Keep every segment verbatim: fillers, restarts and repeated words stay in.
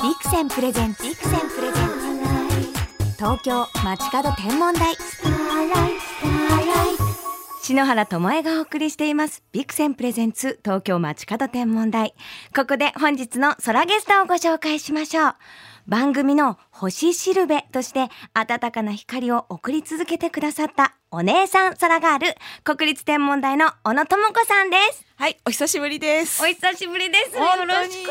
ビクセンプレゼンツビクセンプレゼンツ東京街角天文台篠原智恵がお送りしていますビクセンプレゼンツ東京街角天文台。ここで本日の空ゲストをご紹介しましょう。番組の星しるべとして暖かな光を送り続けてくださったお姉さん空ガール、国立天文台の小野智子さんです。 はい、お久しぶりです。 お久しぶりです。よろしくお願いします。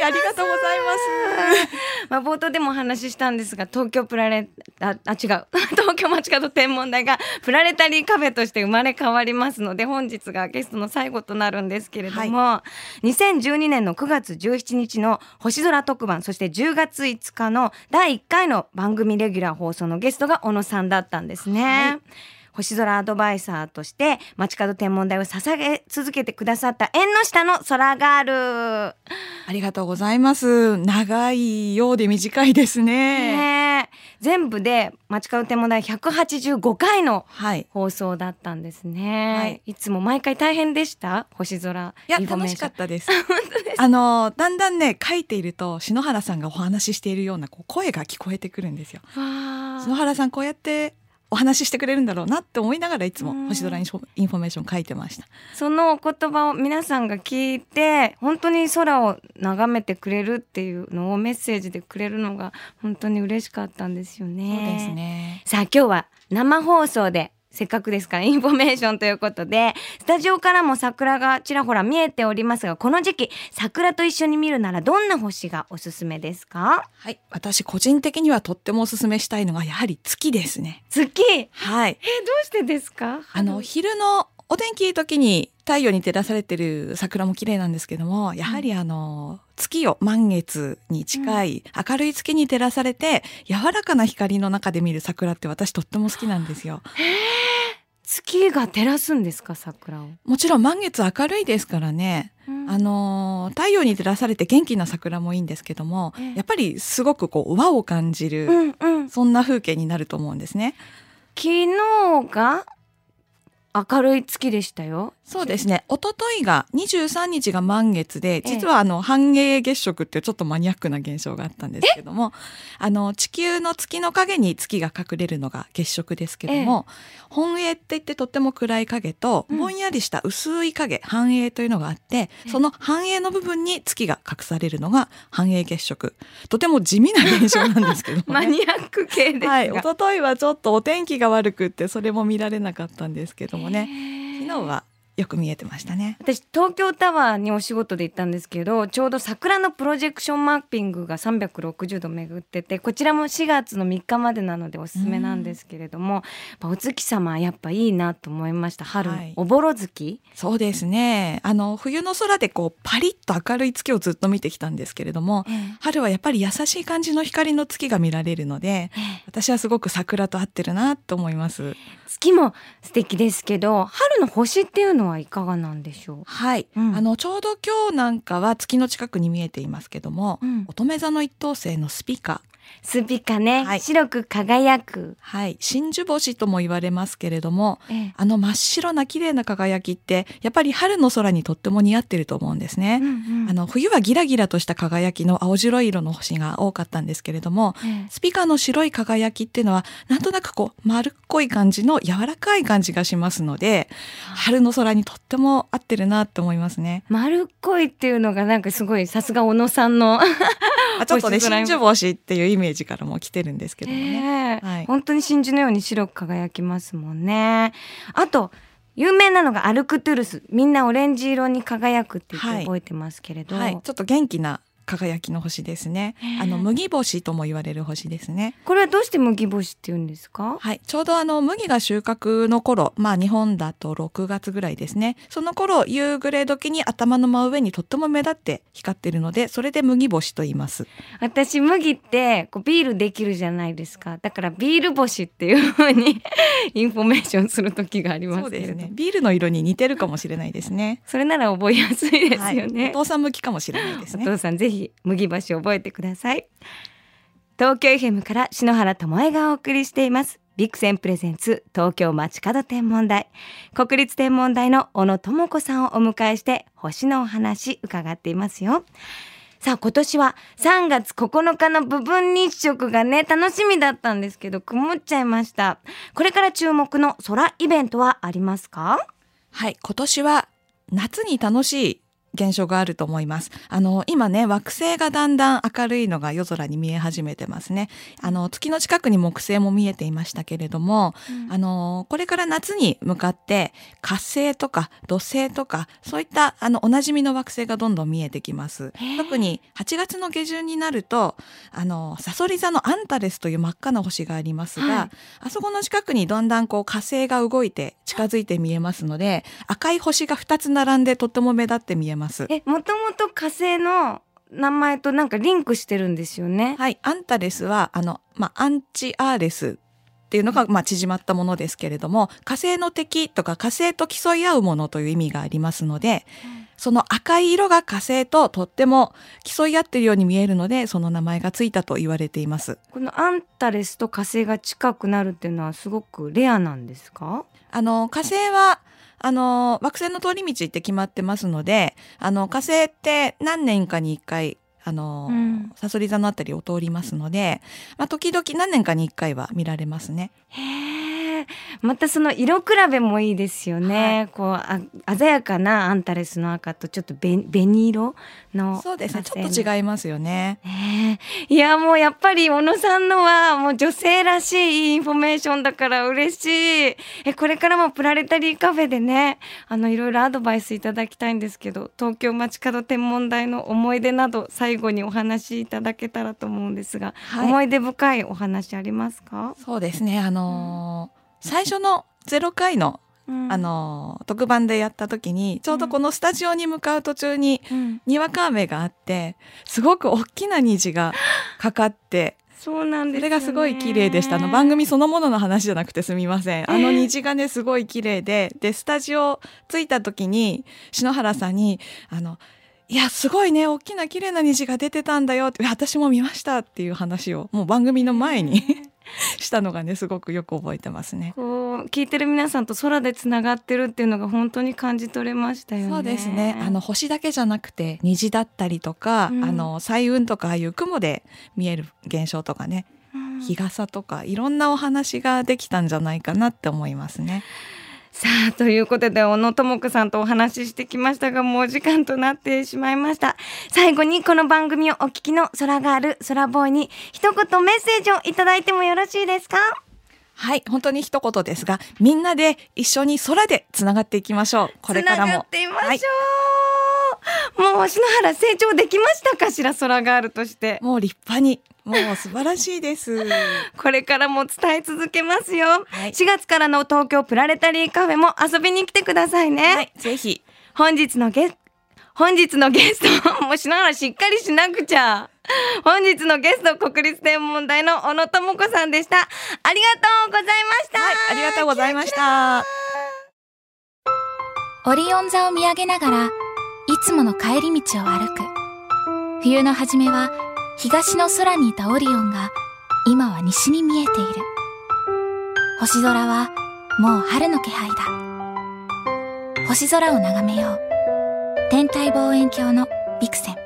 ありがとうございます。 まあ冒頭でもお話ししたんですが、東京プラレああ違う東京街角天文台がプラネタリーカフェとして生まれ変わりますので、本日がゲストの最後となるんですけれども、はい、にせんじゅうにねんのくがつじゅうしちにちの星空特番、そしてじゅうがついつかのだいいっかいの番組レギュラー放送のゲストが小野さんだったんですね。はい、星空アドバイザーとして街角天文台を捧げ続けてくださった縁の下の空ガール、 ありがとうございます。長いようで短いですね。 ね、全部で街角天文台ひゃくはちじゅうごかいの放送だったんですね。はい、いつも毎回大変でした？星空いや楽しかったです。あのだんだんね書いていると篠原さんがお話ししているようなこう声が聞こえてくるんですよ。篠原さんこうやってお話ししてくれるんだろうなって思いながらいつも星空インフォメーション書いてました。 そのお言葉を皆さんが聞いて本当に空を眺めてくれるっていうのをメッセージでくれるのが本当に嬉しかったんですよね。 そうですね。 さあ今日は生放送でせっかくですからインフォメーションということで、スタジオからも桜がちらほら見えておりますが、この時期桜と一緒に見るならどんな星がおすすめですか？ はい、私個人的にはとってもおすすめしたいのがやはり月ですね。 月、 はい。 えー、どうしてですか？ あの昼のお天気いい時に太陽に照らされてる桜も綺麗なんですけども、やはりあの、うん、月を満月に近い明るい月に照らされて柔らかな光の中で見る桜って私とっても好きなんですよ。 へー、月が照らすんですか？桜を。 もちろん満月明るいですからね、うん、あの太陽に照らされて元気な桜もいいんですけども、やっぱりすごくこう和を感じる、うんうん、そんな風景になると思うんですね。 昨日が明るい月でしたよ。 そうですね。一昨日がにじゅうさんにちが満月で、実はあの半影月食っていうちょっとマニアックな現象があったんですけども、あの地球の月の影に月が隠れるのが月食ですけども、本影って言ってとっても暗い影とぼんやりした薄い影、半影というのがあって、その半影の部分に月が隠されるのが半影月食。とても地味な現象なんですけども、ね、 マニアック系ですが、 はい、一昨日はちょっとお天気が悪くってそれも見られなかったんですけどもね、昨日はよく見えてましたね。 私東京タワーにお仕事で行ったんですけど、ちょうど桜のプロジェクションマッピングがさんびゃくろくじゅうど巡ってて、こちらもしがつのみっかまでなのでおすすめなんですけれども、お月様やっぱいいなと思いました。春、はい、おぼろ月。 そうですね。あの冬の空でこうパリッと明るい月をずっと見てきたんですけれども、えー、春はやっぱり優しい感じの光の月が見られるので、えー、私はすごく桜と合ってるなと思います。 月も素敵ですけど、春の星っていうのはいかがなんでしょう？ はい、うん、あのちょうど今日なんかは月の近くに見えていますけども、うん、乙女座の一等星のスピカスピカね、はい、白く輝く、 はい、真珠星とも言われますけれども、ええ、あの真っ白な綺麗な輝きってやっぱり春の空にとっても似合ってると思うんですね、うんうん、あの冬はギラギラとした輝きの青白い色の星が多かったんですけれども、ええ、スピカの白い輝きっていうのはなんとなくこう丸っこい感じの柔らかい感じがしますので、春の空にとっても合ってるなと思いますね。 丸っこいっていうのがなんかすごいさすが小野さんのちょっとね真珠星っていうイメージからも来てるんですけどもね、 えーはい、本当に真珠のように白く輝きますもんね。あと有名なのがアルクトゥルス、みんなオレンジ色に輝くって言って覚えてますけれど、 はいはい、ちょっと元気な輝きの星ですね。あの麦星とも言われる星ですね。 これはどうして麦星って言うんですか？ はい、ちょうどあの麦が収穫の頃、まあ日本だとろくがつぐらいですね。その頃夕暮れ時に頭の真上にとっても目立って光っているので、それで麦星と言います。 私麦ってこうビールできるじゃないですか。だからビール星っていう風にインフォメーションする時がありますけれど。 そうですね。ビールの色に似てるかもしれないですね。 それなら覚えやすいですよね。 はい、お父さん向きかもしれないですね。 お父さんぜひ麦星覚えてください。東京 エフエム から篠原智恵がお送りしていますビクセンプレゼンツ東京街角天文台、国立天文台の小野智子さんをお迎えして星のお話伺っていますよ。 さあ今年はさんがつここのかの部分日食がね楽しみだったんですけど曇っちゃいました。これから注目の空イベントはありますか？ はい、今年は夏に楽しい現象があると思います。あの今ね、惑星がだんだん明るいのが夜空に見え始めてますね。あの月の近くに木星も見えていましたけれども、うん、あのこれから夏に向かって火星とか土星とかそういったあのおなじみの惑星がどんどん見えてきます。特にはちがつの下旬になるとあの蠍座のアンタレスという真っ赤な星がありますが、はい、あそこの近くにだんだんこう火星が動いて近づいて見えますので、赤い星がふたつ並んでとっても目立って見えます。 え、もともと火星の名前となんかリンクしてるんですよね。 はい、アンタレスはあの、まあ、アンチアーレスっていうのが、まあ、縮まったものですけれども、火星の敵とか火星と競い合うものという意味がありますので、うん、その赤い色が火星ととっても競い合っているように見えるので、その名前がついたと言われています。 このアンタレスと火星が近くなるっていうのはすごくレアなんですか？ あの火星はあの惑星の通り道って決まってますので、あの火星って何年かにいっかいあのさそり座のあたりを通りますので、まあ、時々何年かにいっかいは見られますね。 へー、またその色比べもいいですよね、はい、こうあ鮮やかなアンタレスの赤とちょっとべ紅色の。 そうですね、ちょっと違いますよね。 いやもうやっぱり小野さんのはもう女性らしいインフォメーションだから嬉しい。えこれからもプラネタリーカフェでね、あのいろいろアドバイスいただきたいんですけど、東京街角天文台の思い出など最後にお話しいただけたらと思うんですが、はい、思い出深いお話ありますか？ そうですね、あのーうん最初のゼロかいの、うん、あの特番でやった時にちょうどこのスタジオに向かう途中ににわか雨があって、すごく大きな虹がかかってそうなんですよね、 それがすごい綺麗でした。あの番組そのものの話じゃなくてすみません。あの虹がねすごい綺麗で、でスタジオ着いた時に篠原さんにあのいやすごいね大きな綺麗な虹が出てたんだよって、私も見ましたっていう話をもう番組の前にしたのがねすごくよく覚えてますね。 こう聞いてる皆さんと空でつながってるっていうのが本当に感じ取れましたよね。 そうですね、あの星だけじゃなくて虹だったりとか、うん、あの彩雲とかああいう雲で見える現象とかね、うん、日傘とかいろんなお話ができたんじゃないかなって思いますね。 さあということで小野智子さんとお話ししてきましたが、もう時間となってしまいました。最後にこの番組をお聞きの空ガール空ボーイに一言メッセージをいただいてもよろしいですか？ はい、本当に一言ですが、みんなで一緒に空でつながっていきましょう。これからもつながっていましょう、はい、もう篠原成長できましたかしら？空ガールとしてもう立派に、もう素晴らしいですこれからも伝え続けますよ、はい、しがつからの東京プラネタリーカフェも遊びに来てくださいね、 はい、ぜひ。 本日のゲス本日のゲストもう篠原しっかりしなくちゃ。本日のゲスト国立天文台の小野智子さんでした。ありがとうございました、 はい、ありがとうございました。 オリオン座を見上げながらいつもの帰り道を歩く。冬の初めは東の空にいたオリオンが今は西に見えている。星空はもう春の気配だ。星空を眺めよう。天体望遠鏡のビクセン。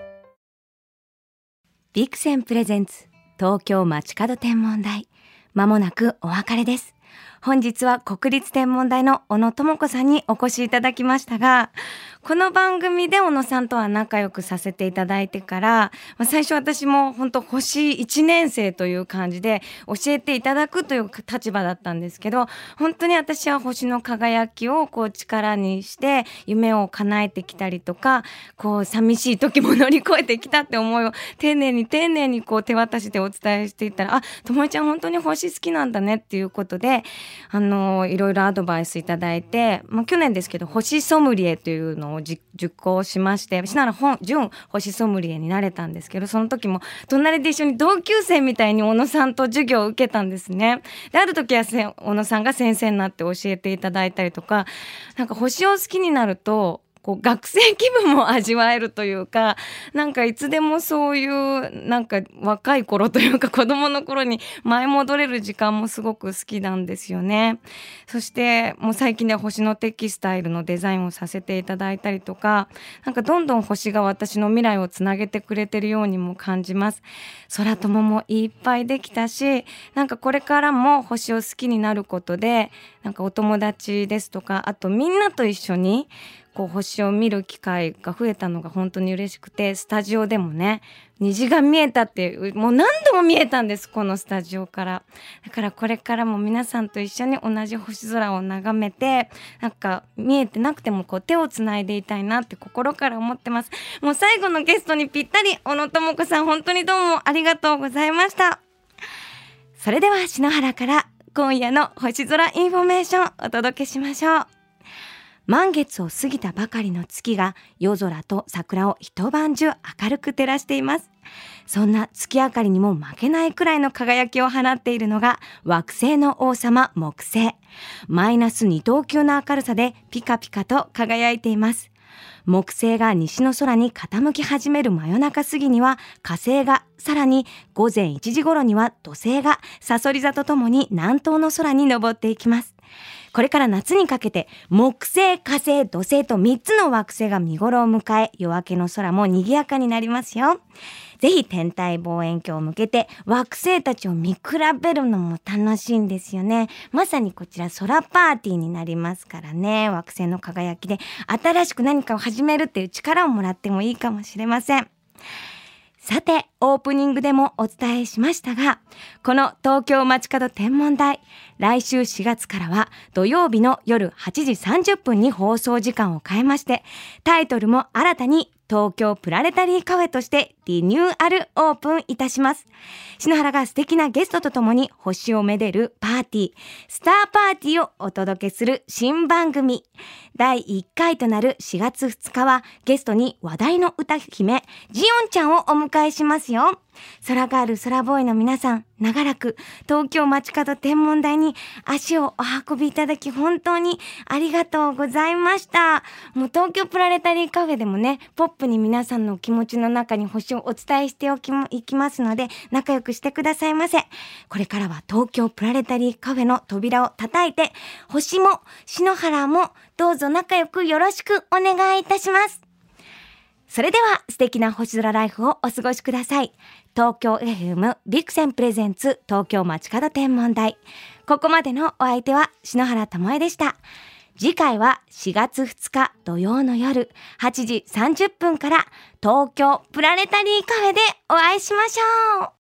ビクセンプレゼンツ東京街角天文台、まもなくお別れです。本日は国立天文台の小野智子さんにお越しいただきましたが、この番組で小野さんとは仲良くさせていただいてから、まあ、最初私も本当星いちねん生という感じで教えていただくという立場だったんですけど、本当に私は星の輝きをこう力にして夢を叶えてきたりとか、こう寂しい時も乗り越えてきたって思いを丁寧に丁寧にこう手渡しでお伝えしていったら、あ、ともえちゃん本当に星好きなんだねっていうことで、あのいろいろアドバイスいただいて、まあ、去年ですけど星ソムリエというのを受講しまして、しなら本準星ソムリエになれたんですけど、その時も隣で一緒に同級生みたいに小野さんと授業を受けたんですね。である時は小野さんが先生になって教えていただいたりとか、なんか星を好きになるとこう学生気分も味わえるというか、なんかいつでもそういうなんか若い頃というか子供の頃に舞い戻れる時間もすごく好きなんですよね。そしてもう最近では星のテキスタイルのデザインをさせていただいたりとか、なんかどんどん星が私の未来をつなげてくれてるようにも感じます。空友もいっぱいできたし、なんかこれからも星を好きになることで、なんかお友達ですとか、あとみんなと一緒にこう星を見る機会が増えたのが本当に嬉しくて、スタジオでもね虹が見えたっていう、もう何度も見えたんです、このスタジオから。だからこれからも皆さんと一緒に同じ星空を眺めて、なんか見えてなくてもこう手をつないでいたいなって心から思ってます。もう最後のゲストにぴったり、小野智子さん本当にどうもありがとうございました。それでは篠原から今夜の星空インフォメーションお届けしましょう。満月を過ぎたばかりの月が夜空と桜を一晩中明るく照らしています。そんな月明かりにも負けないくらいの輝きを放っているのが惑星の王様木星。マイナスに等級の明るさでピカピカと輝いています。木星が西の空に傾き始める真夜中過ぎには火星が、さらに午前いちじ頃には土星がさそり座とともに南東の空に昇っていきます。これから夏にかけて木星、火星、土星とみっつの惑星が見頃を迎え、夜明けの空も賑やかになりますよ。ぜひ天体望遠鏡を向けて惑星たちを見比べるのも楽しいんですよね。まさにこちら空パーティーになりますからね。惑星の輝きで新しく何かを始めるっていう力をもらってもいいかもしれません。さて、オープニングでもお伝えしましたが、この東京街角天文台、来週しがつからは土曜日の夜はちじさんじゅっぷんに放送時間を変えまして、タイトルも新たに東京プラネタリーカフェとしてリニューアルオープンいたします。篠原が素敵なゲストとともに星をめでるパーティー、スターパーティーをお届けする新番組。だいいっかいとなるしがつふつかはゲストに話題の歌姫、ジオンちゃんをお迎えしますよ。空ガール、空ボーイの皆さん、長らく東京街角天文台に足をお運びいただき本当にありがとうございました。もう東京プラネタリーカフェでもね、ポップに皆さんの気持ちの中に星をお伝えしておきもいきますので、仲良くしてくださいませ。これからは東京プラネタリーカフェの扉を叩いて、星も篠原もどうぞ仲良くよろしくお願いいたします。それでは素敵な星空ライフをお過ごしください。東京 エフエム ビクセンプレゼンツ東京街角天文台。ここまでのお相手は篠原ともえでした。次回はしがつふつか土曜の夜はちじさんじゅっぷんから東京プラネタリーカフェでお会いしましょう。